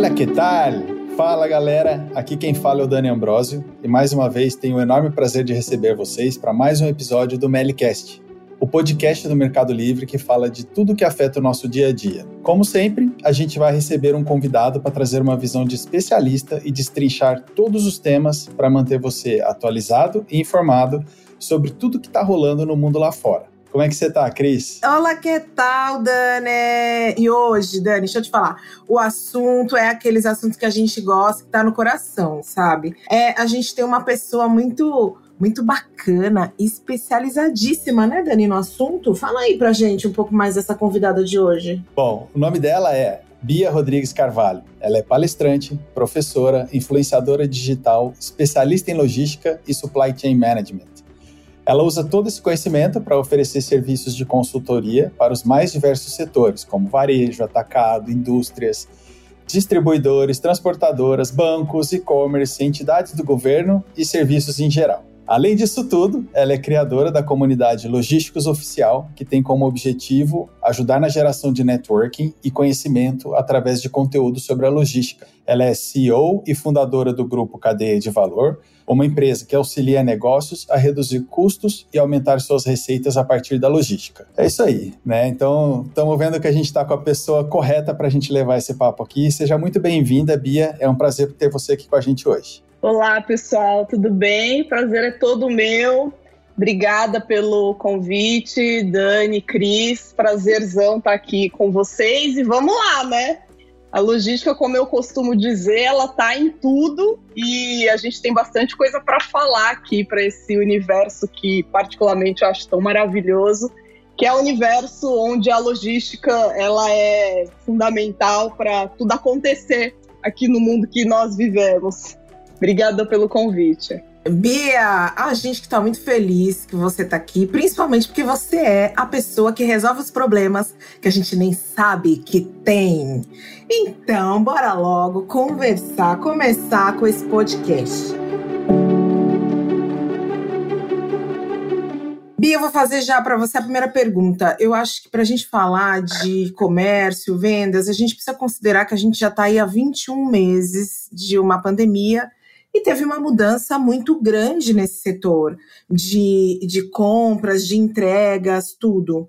Olá, que tal? Fala, galera! Aqui quem fala é o Dani Ambrosio e mais uma vez tenho o enorme prazer de receber vocês para mais um episódio do Melicast, o podcast do Mercado Livre que fala de tudo que afeta o nosso dia a dia. Como sempre, a gente vai receber um convidado para trazer uma visão de especialista e destrinchar todos os temas para manter você atualizado e informado sobre tudo que está rolando no mundo lá fora. Como é que você tá, Cris? Olá, que tal, Dani? E hoje, Dani, deixa eu te falar, o assunto é aqueles assuntos que a gente gosta, que tá no coração, sabe? A gente tem uma pessoa muito bacana, especializadíssima, né, Dani, no assunto? Fala aí pra gente um pouco mais dessa convidada de hoje. Bom, o nome dela é Bia Rodrigues Carvalho. Ela é palestrante, professora, influenciadora digital, especialista em logística e supply chain management. Ela usa todo esse conhecimento para oferecer serviços de consultoria para os mais diversos setores, como varejo, atacado, indústrias, distribuidores, transportadoras, bancos, e-commerce, entidades do governo e serviços em geral. Além disso tudo, ela é criadora da comunidade Logísticos Oficial, que tem como objetivo ajudar na geração de networking e conhecimento através de conteúdo sobre a logística. Ela é CEO e fundadora do grupo Cadeia de Valor, uma empresa que auxilia negócios a reduzir custos e aumentar suas receitas a partir da logística. É isso aí, né? Então, estamos vendo que a gente está com a pessoa correta para a gente levar esse papo aqui. Seja muito bem-vinda, Bia. É um prazer ter você aqui com a gente hoje. Olá, pessoal, tudo bem? Prazer é todo meu. Obrigada pelo convite, Dani, Cris. Prazerzão estar aqui com vocês. E vamos lá, né? A logística, como eu costumo dizer, ela está em tudo e a gente tem bastante coisa para falar aqui para esse universo que, particularmente, eu acho tão maravilhoso, que é o universo onde a logística ela é fundamental para tudo acontecer aqui no mundo que nós vivemos. Obrigada pelo convite. Bia, a gente que tá muito feliz que você tá aqui, principalmente porque você é a pessoa que resolve os problemas que a gente nem sabe que tem. Então, bora logo começar com esse podcast. Bia, eu vou fazer já para você a primeira pergunta. Eu acho que para a gente falar de comércio, vendas, a gente precisa considerar que a gente já está aí há 21 meses de uma pandemia e teve uma mudança muito grande nesse setor de compras, de entregas, tudo.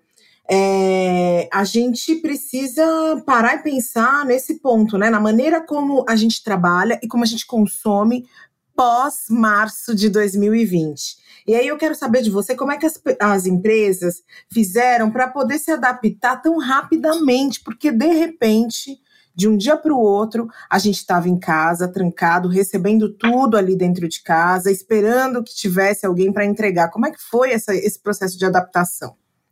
A gente precisa parar e pensar nesse ponto, né? Na maneira como a gente trabalha e como a gente consome pós-março de 2020. E aí eu quero saber de você como é que as empresas fizeram para poder se adaptar tão rapidamente, porque de repente, de um dia para o outro, a gente estava em casa, trancado, recebendo tudo ali dentro de casa, esperando que tivesse alguém para entregar. Como é que foi esse processo de adaptação?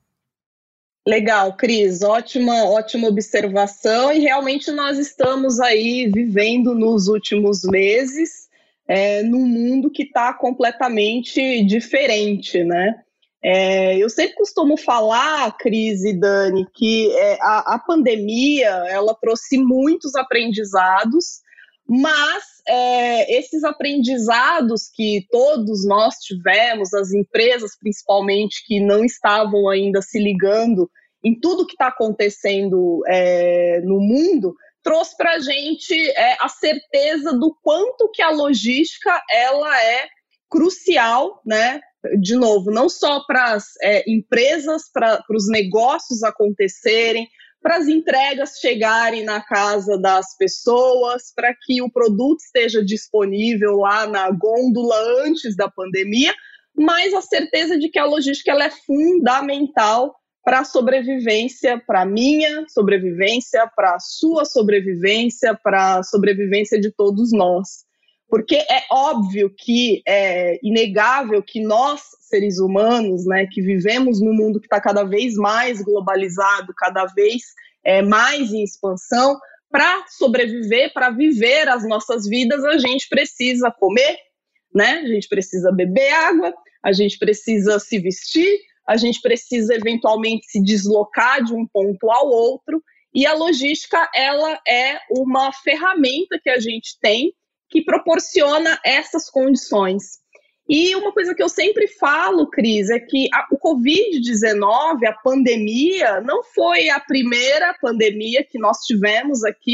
Legal, Cris, ótima observação, e realmente nós estamos aí vivendo nos últimos meses num mundo que está completamente diferente, né? Eu sempre costumo falar, Cris e Dani, que a pandemia ela trouxe muitos aprendizados, mas esses aprendizados que todos nós tivemos, as empresas principalmente que não estavam ainda se ligando em tudo que está acontecendo no mundo, trouxe para a gente a certeza do quanto que a logística ela é crucial, né? De novo, não só para as empresas, para os negócios acontecerem, para as entregas chegarem na casa das pessoas, para que o produto esteja disponível lá na gôndola antes da pandemia, mas a certeza de que a logística ela é fundamental para a sobrevivência, para a minha sobrevivência, para a sua sobrevivência, para a sobrevivência de todos nós. Porque é óbvio que é inegável que nós, seres humanos, né, que vivemos num mundo que está cada vez mais globalizado, cada vez mais em expansão, para sobreviver, para viver as nossas vidas, a gente precisa comer, né? A gente precisa beber água, a gente precisa se vestir, a gente precisa eventualmente se deslocar de um ponto ao outro, e a logística ela é uma ferramenta que a gente tem que proporciona essas condições. E uma coisa que eu sempre falo, Cris, é que o Covid-19, a pandemia, não foi a primeira pandemia que nós tivemos aqui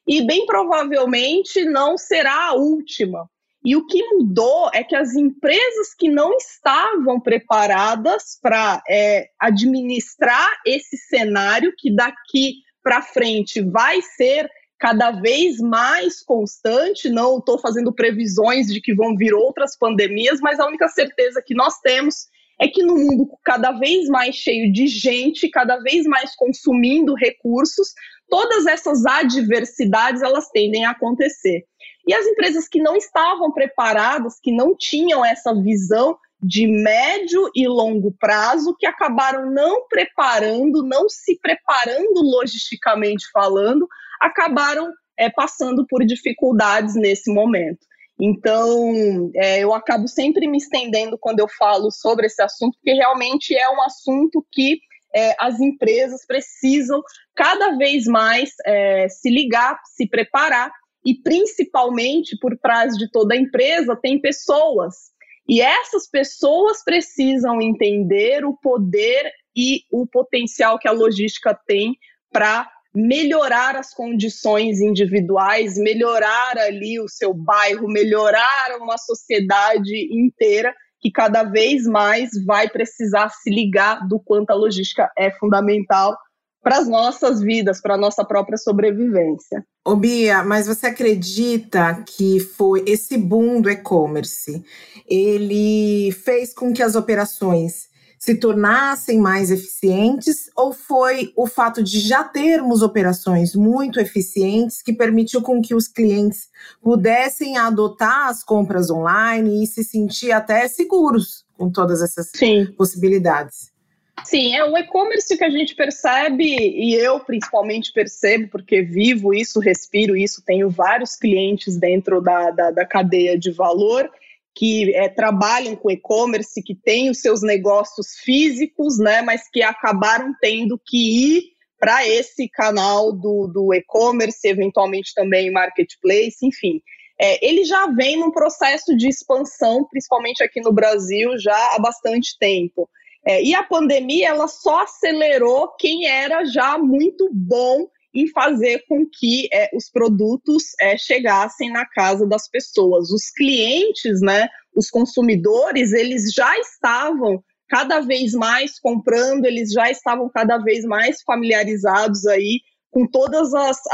e bem provavelmente não será a última. E o que mudou é que as empresas que não estavam preparadas para administrar esse cenário, que daqui para frente vai ser cada vez mais constante, não estou fazendo previsões de que vão vir outras pandemias, mas a única certeza que nós temos é que no mundo cada vez mais cheio de gente, cada vez mais consumindo recursos, todas essas adversidades elas tendem a acontecer. E as empresas que não estavam preparadas, que não tinham essa visão de médio e longo prazo, que acabaram não se preparando logisticamente falando, acabaram passando por dificuldades nesse momento. Então, eu acabo sempre me estendendo quando eu falo sobre esse assunto, porque realmente é um assunto que as empresas precisam cada vez mais se ligar, se preparar, e principalmente por trás de toda a empresa tem pessoas. E essas pessoas precisam entender o poder e o potencial que a logística tem para melhorar as condições individuais, melhorar ali o seu bairro, melhorar uma sociedade inteira que cada vez mais vai precisar se ligar do quanto a logística é fundamental para as nossas vidas, para a nossa própria sobrevivência. Ô Bia, mas você acredita que foi esse boom do e-commerce, ele fez com que as operações se tornassem mais eficientes, ou foi o fato de já termos operações muito eficientes que permitiu com que os clientes pudessem adotar as compras online e se sentir até seguros com todas essas possibilidades? Sim, é o e-commerce que a gente percebe, e eu principalmente percebo, porque vivo isso, respiro isso, tenho vários clientes dentro da cadeia de valor que trabalham com e-commerce, que têm os seus negócios físicos, né, mas que acabaram tendo que ir para esse canal do e-commerce, eventualmente também marketplace, enfim. Ele já vem num processo de expansão, principalmente aqui no Brasil, já há bastante tempo. E a pandemia ela só acelerou quem era já muito bom em fazer com que os produtos chegassem na casa das pessoas. Os clientes, né, os consumidores, eles já estavam cada vez mais comprando, eles já estavam cada vez mais familiarizados aí com todas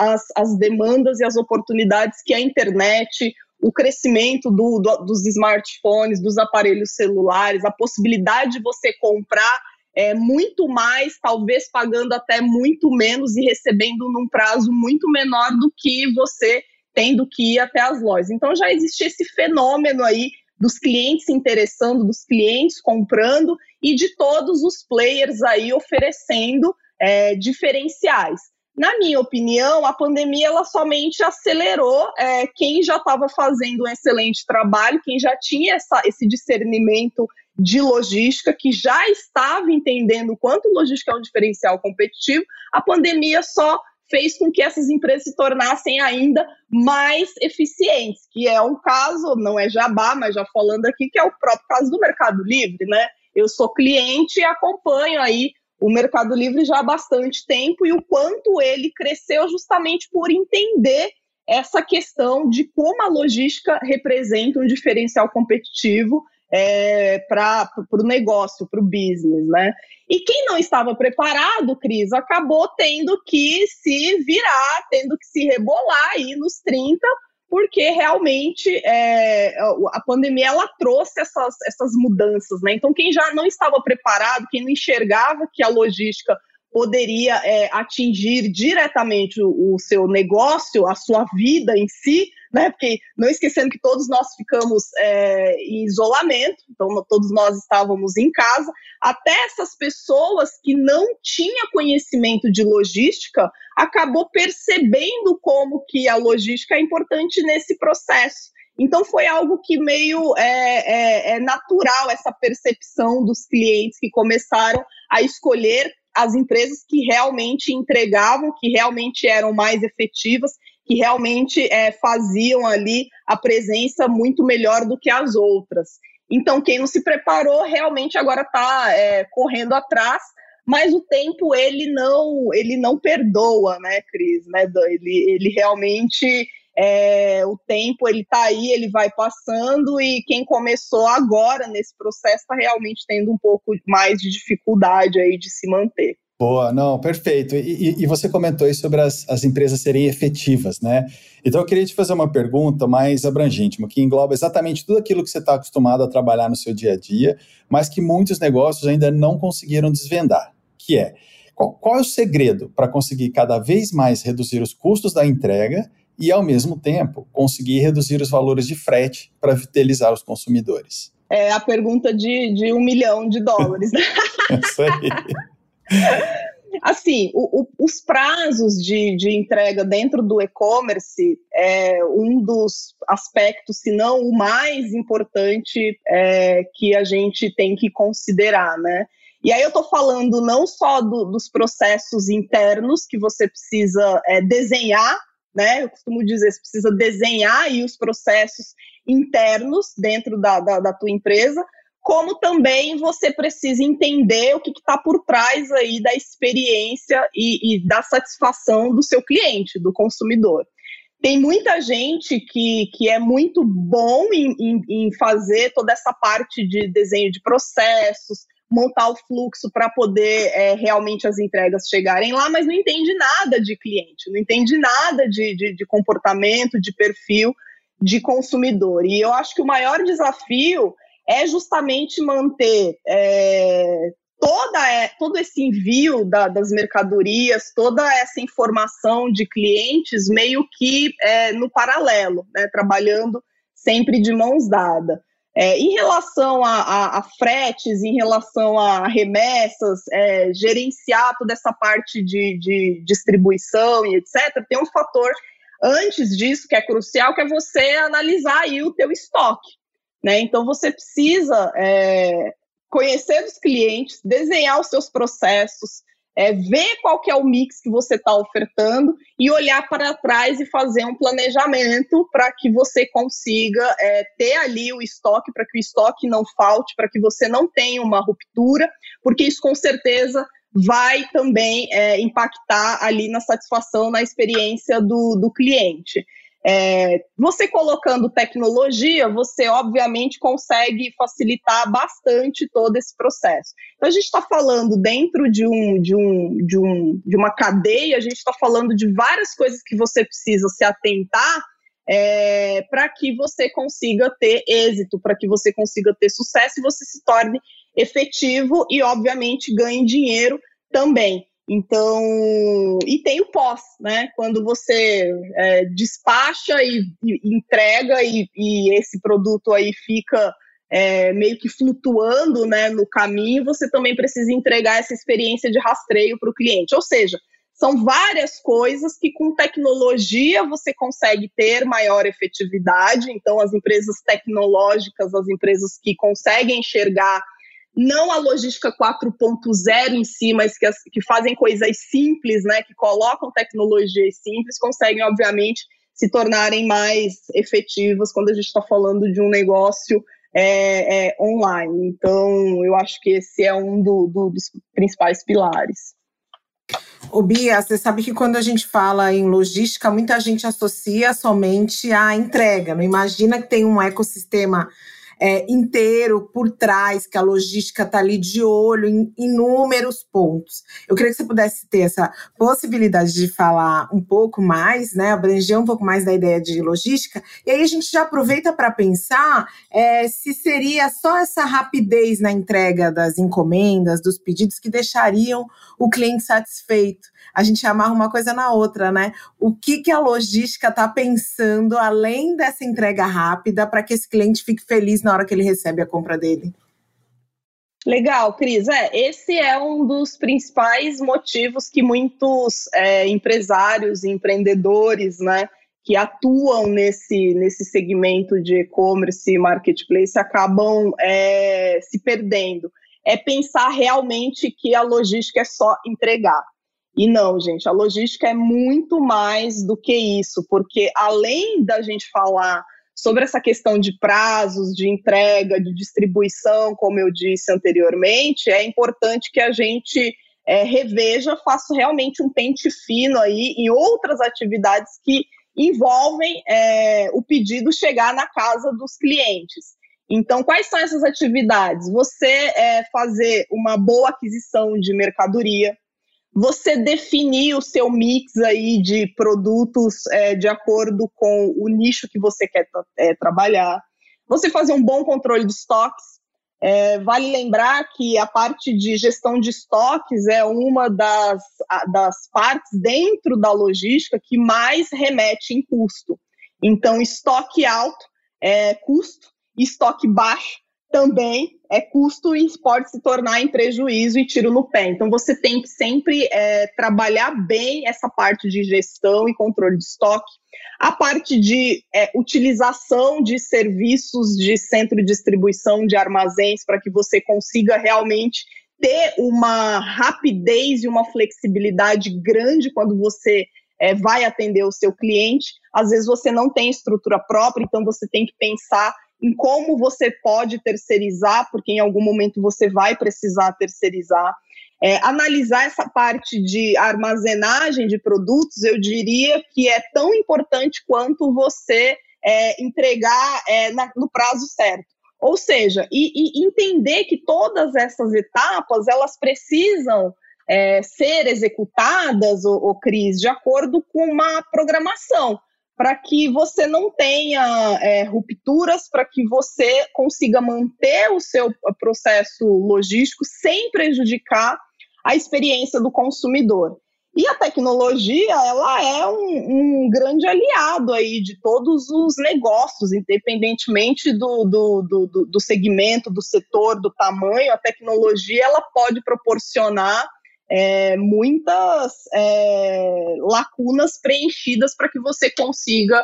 as demandas e as oportunidades que a internet, o crescimento dos smartphones, dos aparelhos celulares, a possibilidade de você comprar muito mais, talvez pagando até muito menos e recebendo num prazo muito menor do que você tendo que ir até as lojas. Então já existe esse fenômeno aí dos clientes se interessando, dos clientes comprando e de todos os players aí oferecendo diferenciais. Na minha opinião, a pandemia ela somente acelerou quem já estava fazendo um excelente trabalho, quem já tinha esse discernimento de logística, que já estava entendendo o quanto logística é um diferencial competitivo. A pandemia só fez com que essas empresas se tornassem ainda mais eficientes, que é um caso, não é jabá, mas já falando aqui, que é o próprio caso do Mercado Livre, né? Eu sou cliente e acompanho aí o Mercado Livre já há bastante tempo e o quanto ele cresceu justamente por entender essa questão de como a logística representa um diferencial competitivo para o negócio, para o business, né? E quem não estava preparado, Cris, acabou tendo que se virar, tendo que se rebolar aí nos 30, porque realmente a pandemia ela trouxe essas mudanças, né? Então, quem já não estava preparado, quem não enxergava que a logística poderia atingir diretamente o seu negócio, a sua vida em si, né? Porque não esquecendo que todos nós ficamos em isolamento, então todos nós estávamos em casa, até essas pessoas que não tinham conhecimento de logística acabou percebendo como que a logística é importante nesse processo. Então foi algo que meio natural, essa percepção dos clientes que começaram a escolher as empresas que realmente entregavam, que realmente eram mais efetivas, que realmente faziam ali a presença muito melhor do que as outras. Então, quem não se preparou realmente agora está correndo atrás, mas o tempo ele não perdoa, né, Cris, né, Dan? Ele realmente, o tempo ele está aí, ele vai passando, e quem começou agora nesse processo está realmente tendo um pouco mais de dificuldade aí de se manter. Boa, não, perfeito. E você comentou aí sobre as empresas serem efetivas, né? Então eu queria te fazer uma pergunta mais abrangente, que engloba exatamente tudo aquilo que você está acostumado a trabalhar no seu dia a dia, mas que muitos negócios ainda não conseguiram desvendar, que é, qual é o segredo para conseguir cada vez mais reduzir os custos da entrega e, ao mesmo tempo, conseguir reduzir os valores de frete para fidelizar os consumidores? É a pergunta de $1 milhão, né? Isso aí. Assim, os prazos de entrega dentro do e-commerce é um dos aspectos, se não o mais importante, que a gente tem que considerar, né? E aí eu estou falando não só dos processos internos que você precisa desenhar, né? Eu costumo dizer, você precisa desenhar aí os processos internos dentro da tua empresa, como também você precisa entender o que está por trás aí da experiência e da satisfação do seu cliente, do consumidor. Tem muita gente que é muito bom em fazer toda essa parte de desenho de processos, montar o fluxo para poder realmente as entregas chegarem lá, mas não entende nada de cliente, não entende nada de comportamento, de perfil de consumidor. E eu acho que o maior desafio é justamente manter todo esse envio das mercadorias, toda essa informação de clientes meio que no paralelo, né, trabalhando sempre de mãos dadas. Em relação a fretes, em relação a remessas, gerenciar toda essa parte de distribuição e etc., tem um fator antes disso que é crucial, que é você analisar aí o teu estoque. Né? Então, você precisa conhecer os clientes, desenhar os seus processos, ver qual que é o mix que você está ofertando e olhar para trás e fazer um planejamento para que você consiga ter ali o estoque, para que o estoque não falte, para que você não tenha uma ruptura, porque isso com certeza vai também impactar ali na satisfação, na experiência do cliente. Você colocando tecnologia, você obviamente consegue facilitar bastante todo esse processo. Então a gente está falando dentro de uma cadeia, a gente está falando de várias coisas que você precisa se atentar para que você consiga ter êxito, para que você consiga ter sucesso e você se torne efetivo e obviamente ganhe dinheiro também. Então, e tem o pós, né? Quando você despacha e entrega e esse produto aí fica meio que flutuando, né, no caminho, você também precisa entregar essa experiência de rastreio para o cliente. Ou seja, são várias coisas que com tecnologia você consegue ter maior efetividade. Então, as empresas tecnológicas, as empresas que conseguem enxergar não a logística 4.0 em si, mas que fazem coisas simples, né, que colocam tecnologias simples, conseguem, obviamente, se tornarem mais efetivas quando a gente está falando de um negócio online. Então, eu acho que esse é um dos principais pilares. Ô Bia, você sabe que quando a gente fala em logística, muita gente associa somente à entrega, não imagina que tem um ecossistema inteiro por trás, que a logística está ali de olho em inúmeros pontos. Eu queria que você pudesse ter essa possibilidade de falar um pouco mais, né, abranger um pouco mais da ideia de logística, e aí a gente já aproveita para pensar se seria só essa rapidez na entrega das encomendas, dos pedidos, que deixariam o cliente satisfeito. A gente amarra uma coisa na outra, né? O que a logística está pensando, além dessa entrega rápida, para que esse cliente fique feliz na hora que ele recebe a compra dele? Legal, Cris. Esse é um dos principais motivos que muitos empresários e empreendedores, né, que atuam nesse segmento de e-commerce e marketplace acabam se perdendo. É pensar realmente que a logística é só entregar. E não, gente, a logística é muito mais do que isso, porque além da gente falar sobre essa questão de prazos, de entrega, de distribuição, como eu disse anteriormente, é importante que a gente reveja, faço realmente um pente fino aí em outras atividades que envolvem o pedido chegar na casa dos clientes. Então, quais são essas atividades? Você fazer uma boa aquisição de mercadoria, você definir o seu mix aí de produtos de acordo com o nicho que você quer trabalhar, você fazer um bom controle de estoques. Vale lembrar que a parte de gestão de estoques é uma das partes dentro da logística que mais remete em custo. Então, estoque alto é custo, estoque baixo também é custo e pode se tornar em prejuízo e tiro no pé. Então, você tem que sempre trabalhar bem essa parte de gestão e controle de estoque. A parte de utilização de serviços de centro de distribuição de armazéns para que você consiga realmente ter uma rapidez e uma flexibilidade grande quando você vai atender o seu cliente. Às vezes você não tem estrutura própria, então você tem que pensar em como você pode terceirizar, porque em algum momento você vai precisar terceirizar. Analisar essa parte de armazenagem de produtos, eu diria que é tão importante quanto você entregar no prazo certo. Ou seja, e entender que todas essas etapas, elas precisam ser executadas, Cris, de acordo com uma programação, para que você não tenha rupturas, para que você consiga manter o seu processo logístico sem prejudicar a experiência do consumidor. E a tecnologia, ela é um grande aliado aí de todos os negócios, independentemente do segmento, do setor, do tamanho. A tecnologia, ela pode proporcionar muitas lacunas preenchidas para que você consiga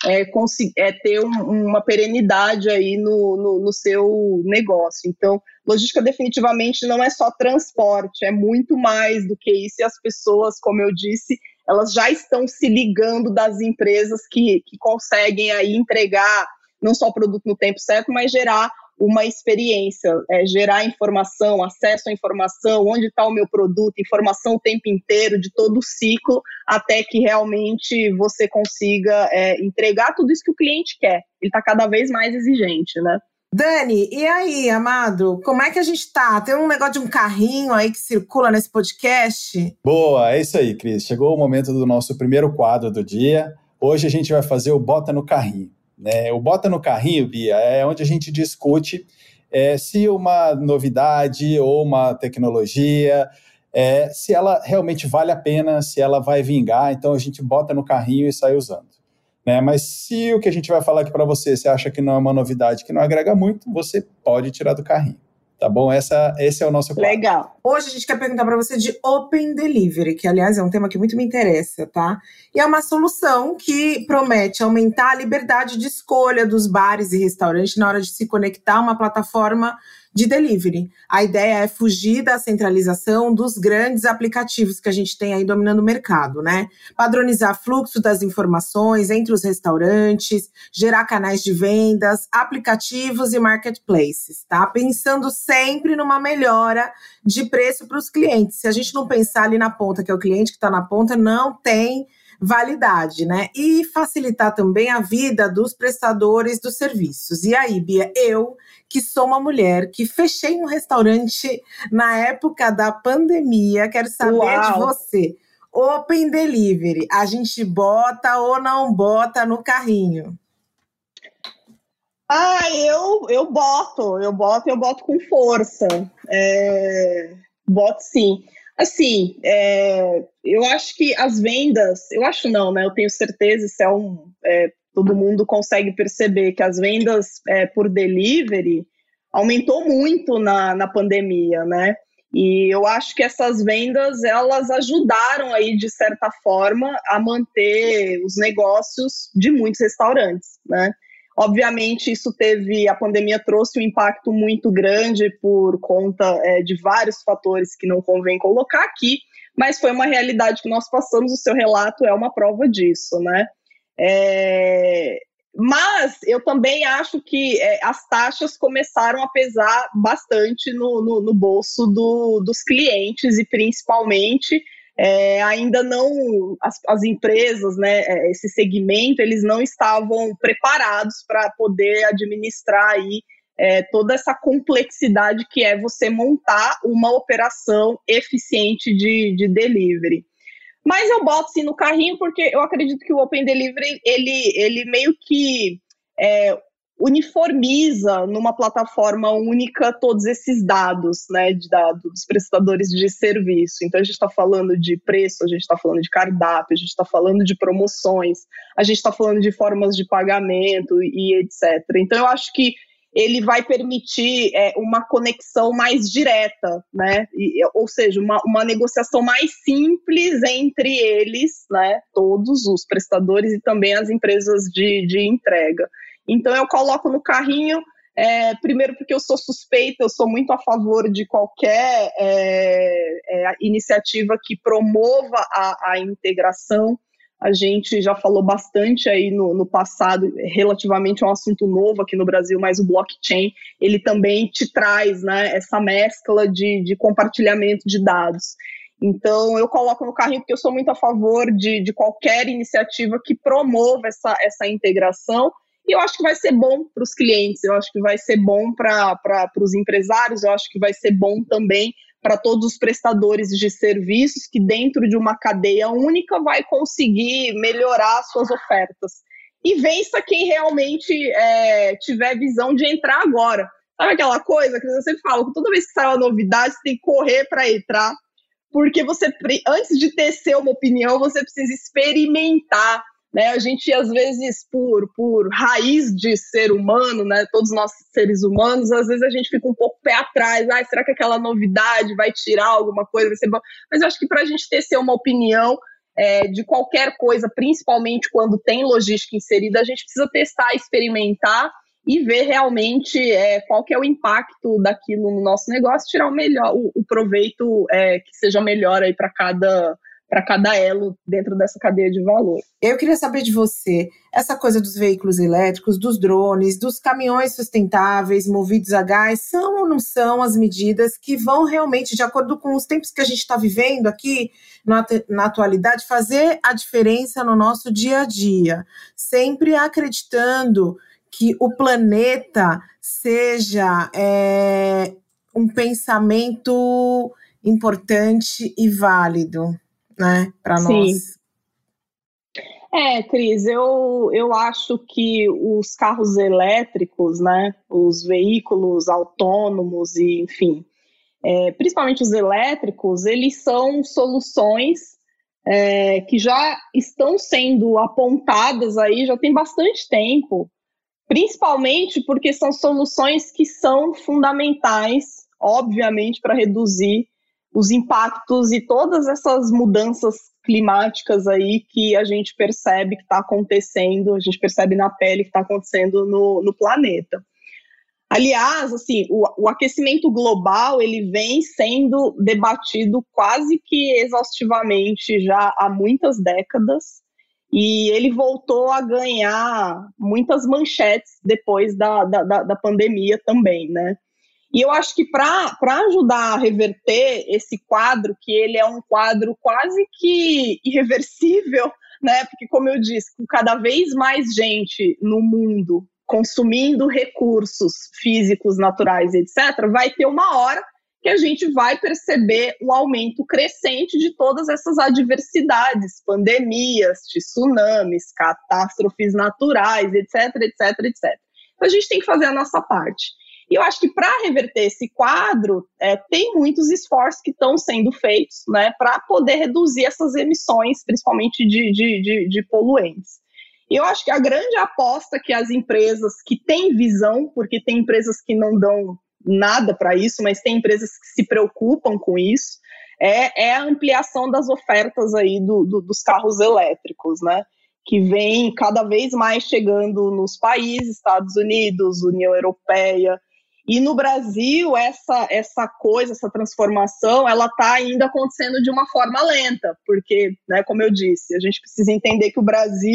ter uma perenidade aí no seu negócio. Então, logística definitivamente não é só transporte, é muito mais do que isso, e as pessoas, como eu disse, elas já estão se ligando das empresas que conseguem aí entregar não só o produto no tempo certo, mas gerar uma experiência, gerar informação, acesso à informação, onde está o meu produto, informação o tempo inteiro, de todo o ciclo, até que realmente você consiga entregar tudo isso que o cliente quer. Ele está cada vez mais exigente, né? Dani, e aí, amado, como é que a gente tá? Tem um negócio de um carrinho aí que circula nesse podcast? Boa, é isso aí, Cris. Chegou o momento do nosso primeiro quadro do dia. Hoje a gente vai fazer o Bota no Carrinho. O Bota no Carrinho, Bia, é onde a gente discute se uma novidade ou uma tecnologia, se ela realmente vale a pena, se ela vai vingar, então a gente bota no carrinho e sai usando. Mas se o que a gente vai falar aqui para você acha que não é uma novidade, que não agrega muito, você pode tirar do carrinho. Tá bom? Esse é o nosso quadro. Legal. Hoje a gente quer perguntar para você de Open Delivery, que, aliás, é um tema que muito me interessa, tá? E é uma solução que promete aumentar a liberdade de escolha dos bares e restaurantes na hora de se conectar a uma plataforma de delivery. A ideia é fugir da centralização dos grandes aplicativos que a gente tem aí dominando o mercado, né? Padronizar fluxo das informações entre os restaurantes, gerar canais de vendas, aplicativos e marketplaces, tá? Pensando sempre numa melhora de preço para os clientes. Se a gente não pensar ali na ponta, que é o cliente que está na ponta, não tem validade, né? E facilitar também a vida dos prestadores dos serviços. E aí, Bia, eu, que sou uma mulher que fechei um restaurante na época da pandemia, quero saber de você. Open Delivery, a gente bota ou não bota no carrinho? Eu boto com força. Boto sim. Assim, eu acho que as vendas, eu acho não, né? Eu tenho certeza, isso todo mundo consegue perceber que as vendas por delivery aumentou muito na pandemia, né? E eu acho que essas vendas, elas ajudaram aí, de certa forma, a manter os negócios de muitos restaurantes, né? Obviamente, a pandemia trouxe um impacto muito grande por conta de vários fatores que não convém colocar aqui, mas foi uma realidade que nós passamos, o seu relato é uma prova disso, né? Mas eu também acho que as taxas começaram a pesar bastante no bolso dos clientes, e principalmente ainda não, as empresas, né, esse segmento, eles não estavam preparados para poder administrar aí toda essa complexidade que é você montar uma operação eficiente de delivery. Mas eu boto sim no carrinho, porque eu acredito que o Open Delivery, ele meio que uniformiza numa plataforma única todos esses dados, né, dos prestadores de serviço. Então, a gente está falando de preço, a gente está falando de cardápio, a gente está falando de promoções, a gente está falando de formas de pagamento e etc. Então, eu acho que ele vai permitir uma conexão mais direta, né? Ou seja, uma negociação mais simples entre eles, né? Todos os prestadores e também as empresas de entrega. Então, eu coloco no carrinho, primeiro porque eu sou suspeita, eu sou muito a favor de qualquer iniciativa que promova a integração. A gente já falou bastante aí no passado, relativamente a um assunto novo aqui no Brasil, mas o blockchain, ele também te traz, né, essa mescla de compartilhamento de dados. Então, eu coloco no carrinho porque eu sou muito a favor de qualquer iniciativa que promova essa integração, e eu acho que vai ser bom para os clientes, eu acho que vai ser bom para os empresários, eu acho que vai ser bom também para todos os prestadores de serviços que dentro de uma cadeia única vai conseguir melhorar suas ofertas. E vença quem realmente tiver visão de entrar agora. Sabe aquela coisa que eu sempre falo, que toda vez que sai uma novidade, você tem que correr para entrar, porque você, antes de tecer uma opinião, você precisa experimentar, né? A gente, às vezes, por raiz de ser humano, né? Todos nós seres humanos, às vezes a gente fica um pouco pé atrás. Será que aquela novidade vai tirar alguma coisa, vai ser bom? Mas eu acho que para a gente tecer uma opinião de qualquer coisa, principalmente quando tem logística inserida, a gente precisa testar, experimentar e ver realmente qual que é o impacto daquilo no nosso negócio, tirar o proveito que seja melhor aí para cada elo dentro dessa cadeia de valor. Eu queria saber de você, essa coisa dos veículos elétricos, dos drones, dos caminhões sustentáveis, movidos a gás, são ou não são as medidas que vão realmente, de acordo com os tempos que a gente está vivendo aqui, na atualidade, fazer a diferença no nosso dia a dia, sempre acreditando que o planeta seja um pensamento importante e válido, né, para nós. Cris, eu acho que os carros elétricos, né, os veículos autônomos e, enfim, principalmente os elétricos, eles são soluções que já estão sendo apontadas aí, já tem bastante tempo, principalmente porque são soluções que são fundamentais, obviamente, para reduzir os impactos e todas essas mudanças climáticas aí que a gente percebe que está acontecendo, a gente percebe na pele que está acontecendo no planeta. Aliás, assim, o aquecimento global, ele vem sendo debatido quase que exaustivamente já há muitas décadas, e ele voltou a ganhar muitas manchetes depois da pandemia também, né? E eu acho que para ajudar a reverter esse quadro, que ele é um quadro quase que irreversível, né? Porque, como eu disse, com cada vez mais gente no mundo consumindo recursos físicos, naturais, etc., vai ter uma hora que a gente vai perceber um aumento crescente de todas essas adversidades, pandemias, tsunamis, catástrofes naturais, etc., etc., etc. Então, a gente tem que fazer a nossa parte. E eu acho que para reverter esse quadro, tem muitos esforços que estão sendo feitos, né, para poder reduzir essas emissões, principalmente de poluentes. E eu acho que a grande aposta que as empresas que têm visão, porque tem empresas que não dão nada para isso, mas tem empresas que se preocupam com isso, é a ampliação das ofertas aí dos carros elétricos, né? Que vem cada vez mais chegando nos países, Estados Unidos, União Europeia. E no Brasil, essa transformação, ela está ainda acontecendo de uma forma lenta, porque, né, como eu disse, a gente precisa entender que o Brasil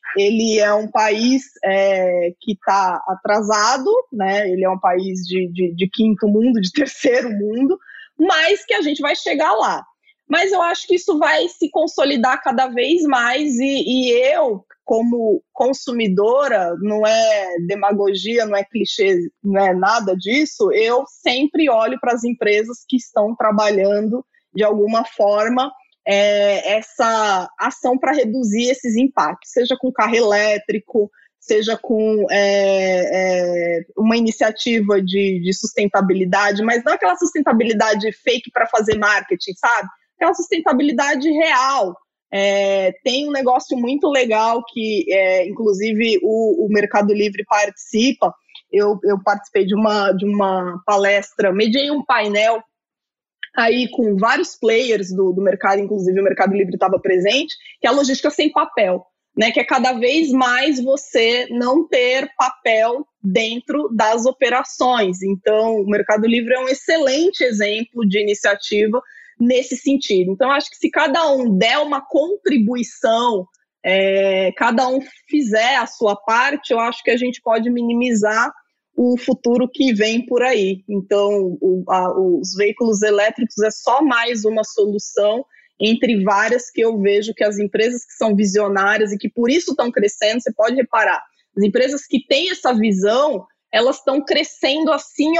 ele é um país que está atrasado, né? Ele é um país de quinto mundo, de terceiro mundo, mas que a gente vai chegar lá. Mas eu acho que isso vai se consolidar cada vez mais e eu, como consumidora, não é demagogia, não é clichê, não é nada disso, eu sempre olho para as empresas que estão trabalhando de alguma forma essa ação para reduzir esses impactos, seja com carro elétrico, seja com uma iniciativa de sustentabilidade, mas não aquela sustentabilidade fake para fazer marketing, sabe? Aquela sustentabilidade real. Tem um negócio muito legal que, inclusive, o Mercado Livre participa. Eu participei de uma palestra, mediei um painel aí com vários players do mercado, inclusive o Mercado Livre estava presente, que é a logística sem papel, né? Que é cada vez mais você não ter papel dentro das operações. Então, o Mercado Livre é um excelente exemplo de iniciativa nesse sentido. Então, acho que se cada um der uma contribuição, cada um fizer a sua parte, eu acho que a gente pode minimizar o futuro que vem por aí. Então, os veículos elétricos é só mais uma solução entre várias que eu vejo que as empresas que são visionárias e que por isso estão crescendo, você pode reparar, as empresas que têm essa visão, elas estão crescendo assim,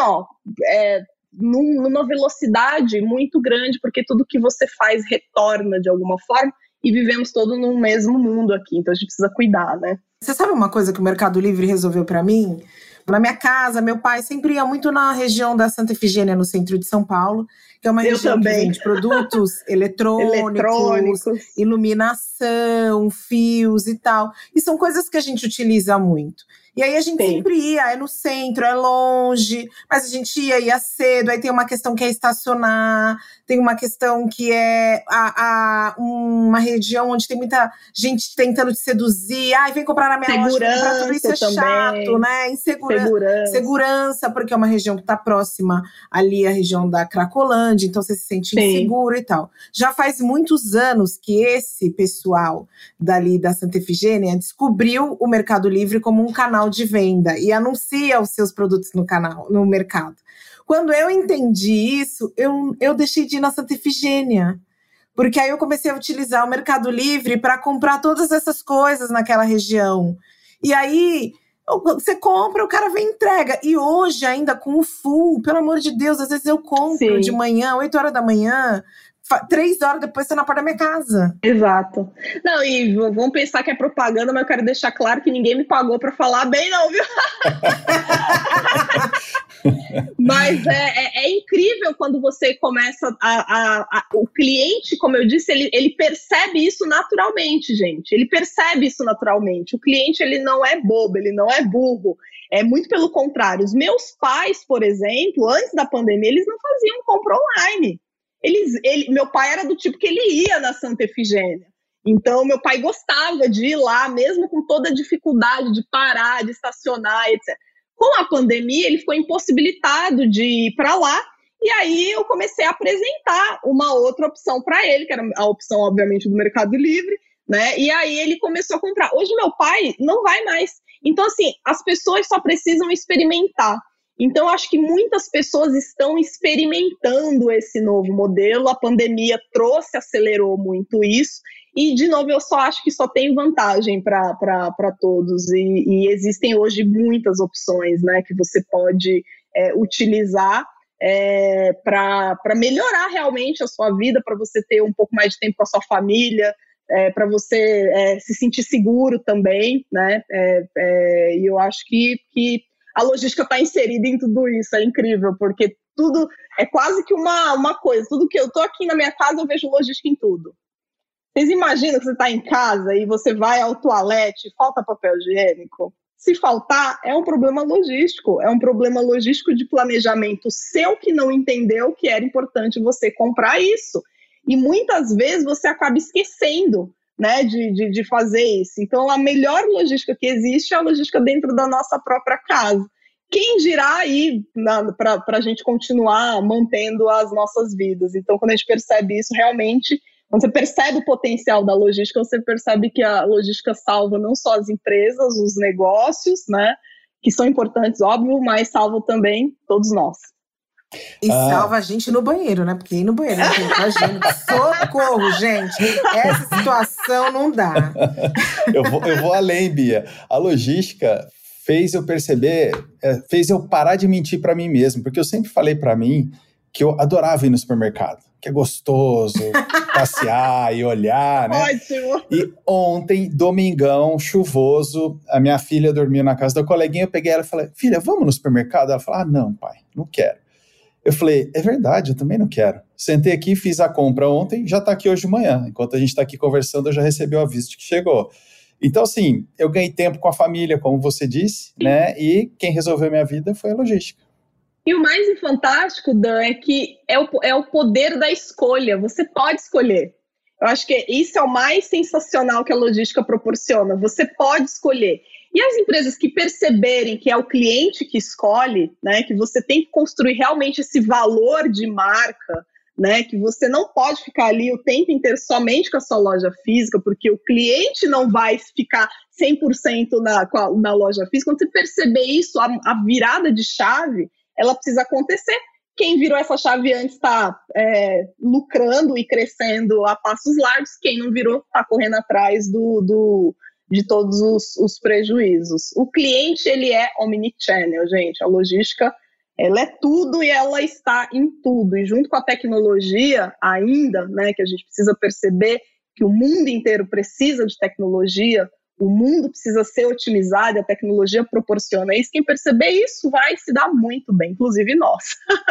numa velocidade muito grande, porque tudo que você faz retorna de alguma forma e vivemos todos no mesmo mundo aqui, então a gente precisa cuidar, né? Você sabe uma coisa que o Mercado Livre resolveu para mim? Na minha casa, meu pai sempre ia muito na região da Santa Efigênia, no centro de São Paulo, que é uma região que vende produtos eletrônicos, iluminação, fios e tal. E são coisas que a gente utiliza muito. E aí a gente sempre ia, é no centro, é longe, mas a gente ia cedo, aí tem uma questão que é estacionar, tem uma questão que é uma região onde tem muita gente tentando te seduzir, vem comprar na minha loja, comprar tudo isso é chato, né? Segurança, porque é uma região que está próxima ali à região da Cracolândia, então você se sente inseguro e tal. Já faz muitos anos que esse pessoal dali da Santa Efigênia descobriu o Mercado Livre como um canal de venda e anuncia os seus produtos no mercado. Quando eu entendi isso, eu deixei de ir na Santa Efigênia, porque aí eu comecei a utilizar o Mercado Livre para comprar todas essas coisas naquela região. E aí você compra, o cara vem e entrega. E hoje ainda com o full, pelo amor de Deus, às vezes eu compro de manhã, 8 horas da manhã, 3 horas depois você na porta da minha casa. Exato. Não, e vamos pensar que é propaganda, mas eu quero deixar claro que ninguém me pagou pra falar bem não, viu? Mas é incrível quando você começa o cliente, como eu disse, ele percebe isso naturalmente, gente. Ele percebe isso naturalmente. O cliente, ele não é bobo, ele não é burro. É muito pelo contrário. Os meus pais, por exemplo, antes da pandemia, eles não faziam compra online. Meu pai era do tipo que ele ia na Santa Efigênia. Então, meu pai gostava de ir lá, mesmo com toda a dificuldade de parar, de estacionar, etc. Com a pandemia, ele ficou impossibilitado de ir para lá. E aí, eu comecei a apresentar uma outra opção para ele, que era a opção, obviamente, do Mercado Livre, né? E aí, ele começou a comprar. Hoje, meu pai não vai mais. Então, assim, as pessoas só precisam experimentar. Então, acho que muitas pessoas estão experimentando esse novo modelo. A pandemia acelerou muito isso. E, de novo, eu só acho que só tem vantagem para todos. E existem hoje muitas opções, né, que você pode utilizar para melhorar realmente a sua vida, para você ter um pouco mais de tempo com a sua família, para você se sentir seguro também, né? E eu acho que a logística está inserida em tudo isso, é incrível, porque tudo é quase que uma coisa. Tudo que eu estou aqui na minha casa, eu vejo logística em tudo. Vocês imaginam que você está em casa e você vai ao toalete e falta papel higiênico? Se faltar, é um problema logístico. É um problema logístico de planejamento seu que não entendeu que era importante você comprar isso. E muitas vezes você acaba esquecendo, né, de fazer isso. Então, a melhor logística que existe é a logística dentro da nossa própria casa. Quem dirá aí para a gente continuar mantendo as nossas vidas? Então, quando a gente percebe isso, realmente Quando você percebe o potencial da logística, você percebe que a logística salva não só as empresas, os negócios, né, que são importantes, óbvio, mas salva também todos nós. E salva a gente no banheiro, né? Porque ir no banheiro, imagina. Socorro, gente. Essa situação não dá. Eu vou além, Bia. A logística fez eu perceber, fez eu parar de mentir para mim mesmo. Porque eu sempre falei para mim que eu adorava ir no supermercado. Que é gostoso passear e olhar, né? Ótimo! E ontem, domingão, chuvoso, a minha filha dormiu na casa da coleguinha. Eu peguei ela e falei, filha, vamos no supermercado? Ela falou, não, pai, não quero. Eu falei, é verdade, eu também não quero. Sentei aqui, fiz a compra ontem, já está aqui hoje de manhã. Enquanto a gente está aqui conversando, eu já recebi o aviso de que chegou. Então, assim, eu ganhei tempo com a família, como você disse, né? E quem resolveu minha vida foi a logística. E o mais fantástico, Dan, é que é o poder da escolha. Você pode escolher. Eu acho que isso é o mais sensacional que a logística proporciona. Você pode escolher. E as empresas que perceberem que é o cliente que escolhe, né, que você tem que construir realmente esse valor de marca, né, que você não pode ficar ali o tempo inteiro somente com a sua loja física, porque o cliente não vai ficar 100% na loja física. Quando você perceber isso, a virada de chave, ela precisa acontecer. Quem virou essa chave antes está lucrando e crescendo a passos largos. Quem não virou está correndo atrás de todos os prejuízos. O cliente, ele é omnichannel, gente. A logística, ela é tudo e ela está em tudo. E junto com a tecnologia ainda, né, que a gente precisa perceber que o mundo inteiro precisa de tecnologia, o mundo precisa ser otimizado, a tecnologia proporciona isso. Quem perceber isso vai se dar muito bem, inclusive nós.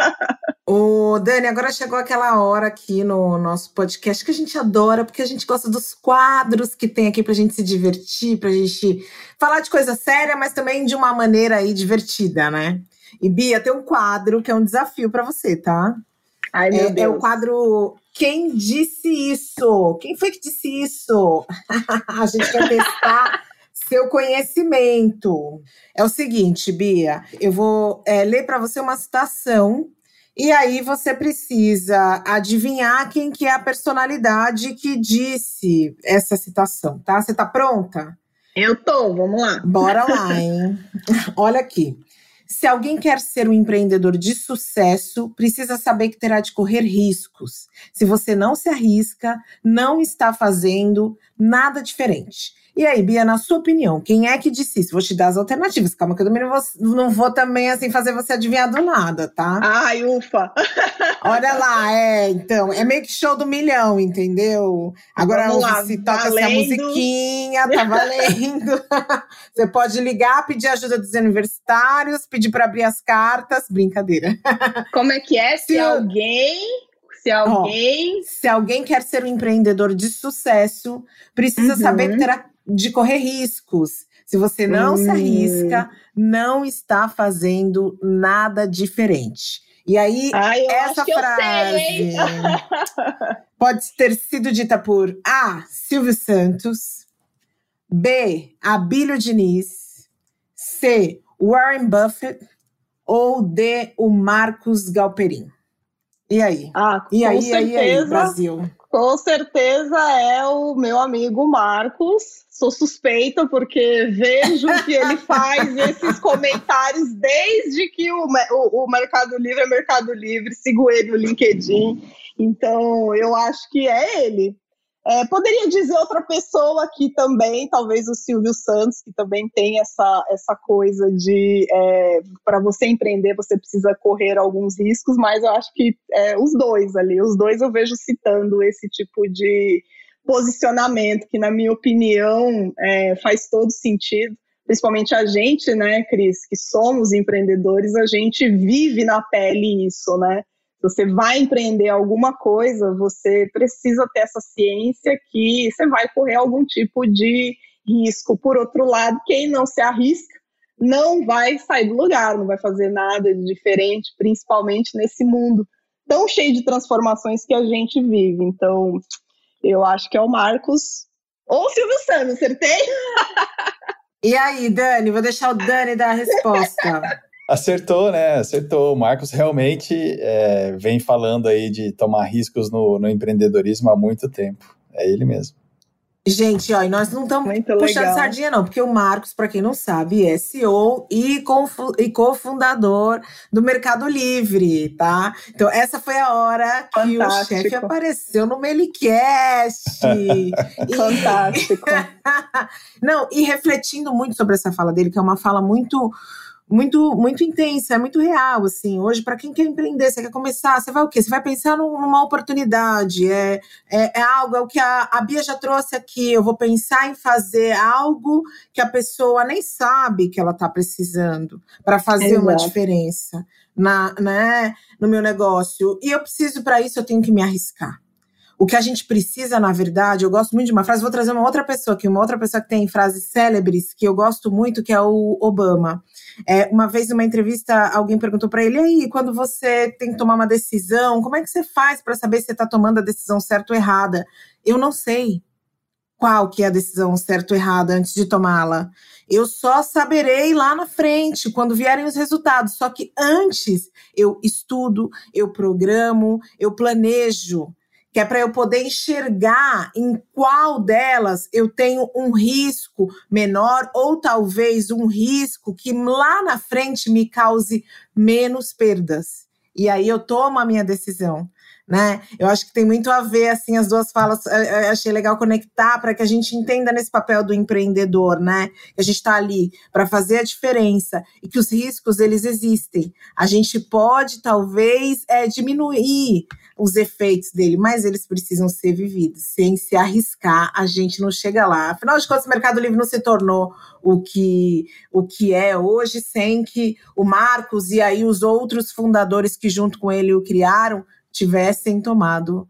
Ô, Dani, agora chegou aquela hora aqui no nosso podcast que a gente adora, porque a gente gosta dos quadros que tem aqui pra gente se divertir, pra gente falar de coisa séria, mas também de uma maneira aí divertida, né? E Bia, tem um quadro que é um desafio pra você, tá? Ai, meu Deus. É o quadro Quem Disse Isso? Quem foi que disse isso? A gente quer testar seu conhecimento. É o seguinte, Bia, eu vou ler para você uma citação e aí você precisa adivinhar quem que é a personalidade que disse essa citação, tá? Você tá pronta? Eu tô, vamos lá. Bora lá, hein? Olha aqui. Se alguém quer ser um empreendedor de sucesso, precisa saber que terá de correr riscos. Se você não se arrisca, não está fazendo nada diferente. E aí, Bia, na sua opinião, quem é que disse isso? Vou te dar as alternativas. Calma que eu também não vou também assim fazer você adivinhar do nada, tá? Ai, ufa! Olha lá, então, é meio que show do milhão, entendeu? Agora se toca essa musiquinha, tá valendo. Você pode ligar, pedir ajuda dos universitários, pedir para abrir as cartas, brincadeira. Como é que é? Se alguém quer ser um empreendedor de sucesso, precisa saber que terá de correr riscos. Se você não se arrisca, não está fazendo nada diferente. E aí, essa frase pode ter sido dita por A, Silvio Santos, B, Abílio Diniz, C, Warren Buffett ou D, o Marcos Galperin. E aí? E aí, Brasil? Com certeza é o meu amigo Marcos. Sou suspeita porque vejo que ele faz esses comentários desde que o Mercado Livre é Mercado Livre. Sigo ele no LinkedIn. Então, eu acho que é ele. Poderia dizer outra pessoa aqui também, talvez o Silvio Santos, que também tem essa coisa de para você empreender, você precisa correr alguns riscos, mas eu acho que os dois eu vejo citando esse tipo de posicionamento, que na minha opinião faz todo sentido, principalmente a gente, né, Cris, que somos empreendedores, a gente vive na pele isso, né? Você vai empreender alguma coisa, você precisa ter essa ciência que você vai correr algum tipo de risco. Por outro lado, quem não se arrisca não vai sair do lugar, não vai fazer nada de diferente, principalmente nesse mundo tão cheio de transformações que a gente vive. Então, eu acho que é o Marcos ou o Silvio Santos, acertei? E aí, Dani? Vou deixar o Dani dar a resposta. Acertou, né? Acertou. O Marcos realmente vem falando aí de tomar riscos no empreendedorismo há muito tempo. É ele mesmo. Gente, ó, e nós não estamos puxando sardinha, não, porque o Marcos, para quem não sabe, é CEO e cofundador do Mercado Livre, tá? Então, essa foi a hora que o chefe apareceu no Melicast. Fantástico. Não, e refletindo muito sobre essa fala dele, que é uma fala muito intensa, é muito real, assim. Hoje, para quem quer empreender, você quer começar, você vai o quê? Você vai pensar numa oportunidade, é algo, é o que a Bia já trouxe aqui, eu vou pensar em fazer algo que a pessoa nem sabe que ela está precisando para fazer uma diferença no meu negócio. E eu preciso, para isso, eu tenho que me arriscar. O que a gente precisa, na verdade, eu gosto muito de uma frase, vou trazer uma outra pessoa aqui, uma outra pessoa que tem frases célebres, que eu gosto muito, que é o Obama. Uma vez, numa entrevista, alguém perguntou para ele, e aí, quando você tem que tomar uma decisão, como é que você faz para saber se você está tomando a decisão certa ou errada? Eu não sei qual que é a decisão certa ou errada antes de tomá-la. Eu só saberei lá na frente, quando vierem os resultados. Só que antes, eu estudo, eu programo, eu planejo, que é para eu poder enxergar em qual delas eu tenho um risco menor ou talvez um risco que lá na frente me cause menos perdas. E aí eu tomo a minha decisão, né? Eu acho que tem muito a ver, assim, as duas falas, eu achei legal conectar para que a gente entenda nesse papel do empreendedor, né? Que a gente está ali para fazer a diferença e que os riscos, eles existem. A gente pode, talvez, diminuir os efeitos dele, mas eles precisam ser vividos. Sem se arriscar, a gente não chega lá. Afinal de contas, o Mercado Livre não se tornou o que é hoje sem que o Marcos e aí os outros fundadores que junto com ele o criaram tivessem tomado,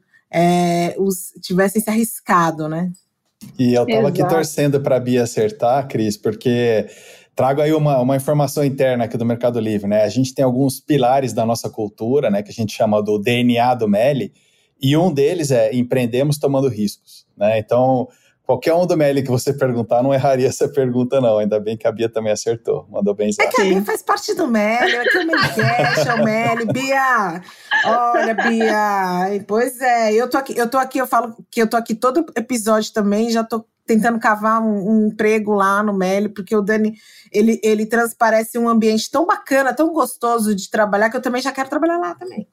tivessem se arriscado, né? E eu estava aqui torcendo para a Bia acertar, Cris, porque trago aí uma informação interna aqui do Mercado Livre, né? A gente tem alguns pilares da nossa cultura, né? Que a gente chama do DNA do Meli, e um deles é empreendemos tomando riscos, né? Então, qualquer um do Meli que você perguntar não erraria essa pergunta, não. Ainda bem que a Bia também acertou. Mandou bem. É que a Bia faz parte do Meli, é que o Melicast é o Meli. Bia, olha, Bia, pois é, eu tô aqui, eu falo que eu tô aqui todo episódio também, já tô tentando cavar um emprego lá no Meli, porque o Dani, ele transparece um ambiente tão bacana, tão gostoso de trabalhar, que eu também já quero trabalhar lá também.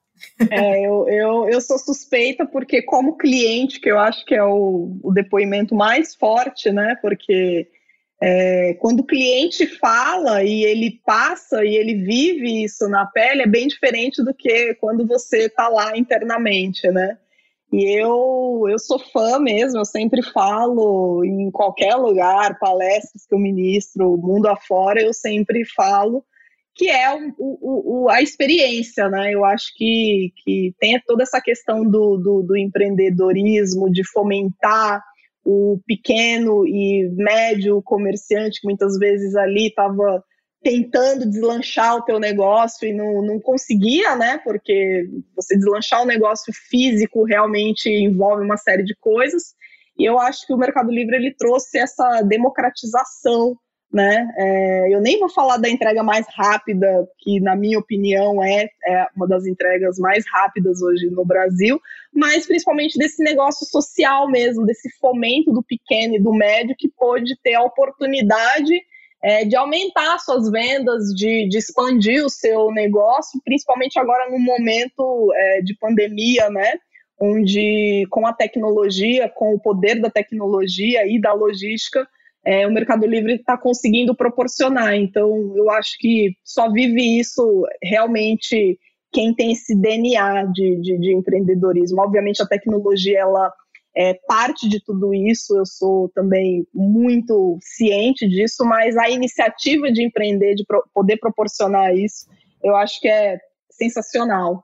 Eu sou suspeita porque como cliente, que eu acho que é o depoimento mais forte, né? Porque quando o cliente fala e ele passa e ele vive isso na pele, é bem diferente do que quando você está lá internamente, né? E eu sou fã mesmo, eu sempre falo em qualquer lugar, palestras que eu ministro, mundo afora, eu sempre falo que é a experiência, né? Eu acho que tem toda essa questão do empreendedorismo, de fomentar o pequeno e médio comerciante, que muitas vezes ali estava tentando deslanchar o teu negócio e não conseguia, né? Porque você deslanchar um negócio físico realmente envolve uma série de coisas. E eu acho que o Mercado Livre ele trouxe essa democratização, né? Eu nem vou falar da entrega mais rápida, que na minha opinião é uma das entregas mais rápidas hoje no Brasil, mas principalmente desse negócio social mesmo, desse fomento do pequeno e do médio que pôde ter a oportunidade de aumentar suas vendas, de expandir o seu negócio, principalmente agora no momento de pandemia, né? Onde com a tecnologia, com o poder da tecnologia e da logística, o Mercado Livre está conseguindo proporcionar. Então, eu acho que só vive isso realmente quem tem esse DNA de empreendedorismo. Obviamente, a tecnologia ela é parte de tudo isso, eu sou também muito ciente disso, mas a iniciativa de empreender, de poder proporcionar isso, eu acho que é sensacional.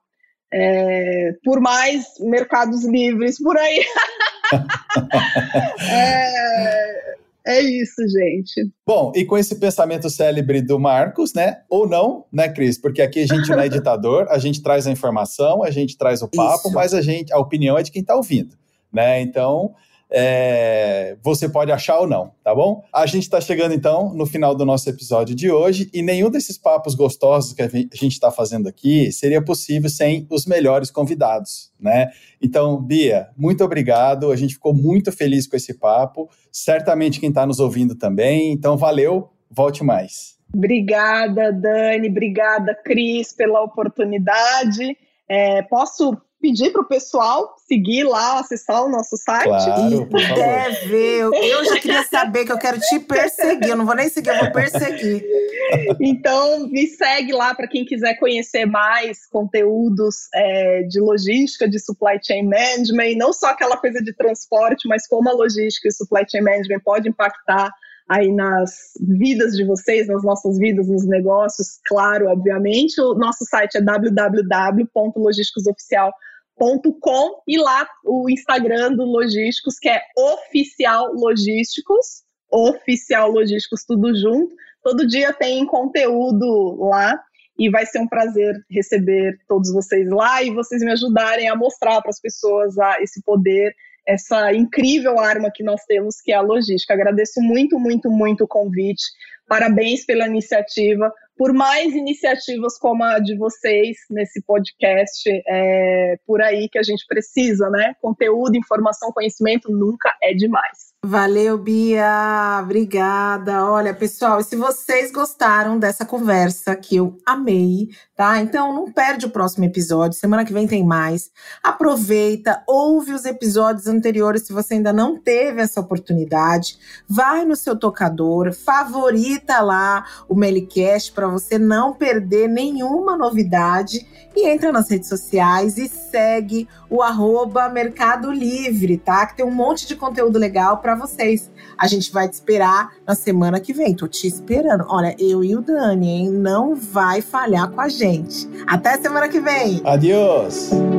Por mais mercados livres por aí. É isso, gente. Bom, e com esse pensamento célebre do Marcos, né? Ou não, né, Cris? Porque aqui a gente não é ditador, a gente traz a informação, a gente traz o papo, mas a opinião é de quem está ouvindo, né? Então, você pode achar ou não, tá bom? A gente está chegando, então, no final do nosso episódio de hoje, e nenhum desses papos gostosos que a gente está fazendo aqui seria possível sem os melhores convidados, né? Então, Bia, muito obrigado, a gente ficou muito feliz com esse papo, certamente quem está nos ouvindo também, então valeu, volte mais. Obrigada, Dani, obrigada, Cris, pela oportunidade. Posso pedir para o pessoal seguir lá, acessar o nosso site? Claro, por favor. Eu já queria saber que eu quero te perseguir, eu não vou nem seguir, eu vou perseguir. Então, me segue lá para quem quiser conhecer mais conteúdos de logística, de supply chain management, e não só aquela coisa de transporte, mas como a logística e supply chain management pode impactar aí nas vidas de vocês, nas nossas vidas, nos negócios, claro, obviamente. O nosso site é www.logisticosoficial.com e lá o Instagram do Logísticos, que é Oficial Logísticos, tudo junto. Todo dia tem conteúdo lá e vai ser um prazer receber todos vocês lá e vocês me ajudarem a mostrar para as pessoas esse poder, essa incrível arma que nós temos, que é a logística. Agradeço muito, muito, muito o convite. Parabéns pela iniciativa. Por mais iniciativas como a de vocês nesse podcast, por aí que a gente precisa, né? Conteúdo, informação, conhecimento nunca é demais. Valeu, Bia, obrigada. Olha, pessoal, se vocês gostaram dessa conversa, que eu amei, tá? Então não perde o próximo episódio, semana que vem tem mais. Aproveita, ouve os episódios anteriores se você ainda não teve essa oportunidade. Vai no seu tocador, favorita lá o Melicast para você não perder nenhuma novidade e entra nas redes sociais e segue o @Mercado Livre, tá? Que tem um monte de conteúdo legal para vocês. A gente vai te esperar na semana que vem. Tô te esperando. Olha, eu e o Dani, hein? Não vai falhar com a gente. Até semana que vem. Adiós.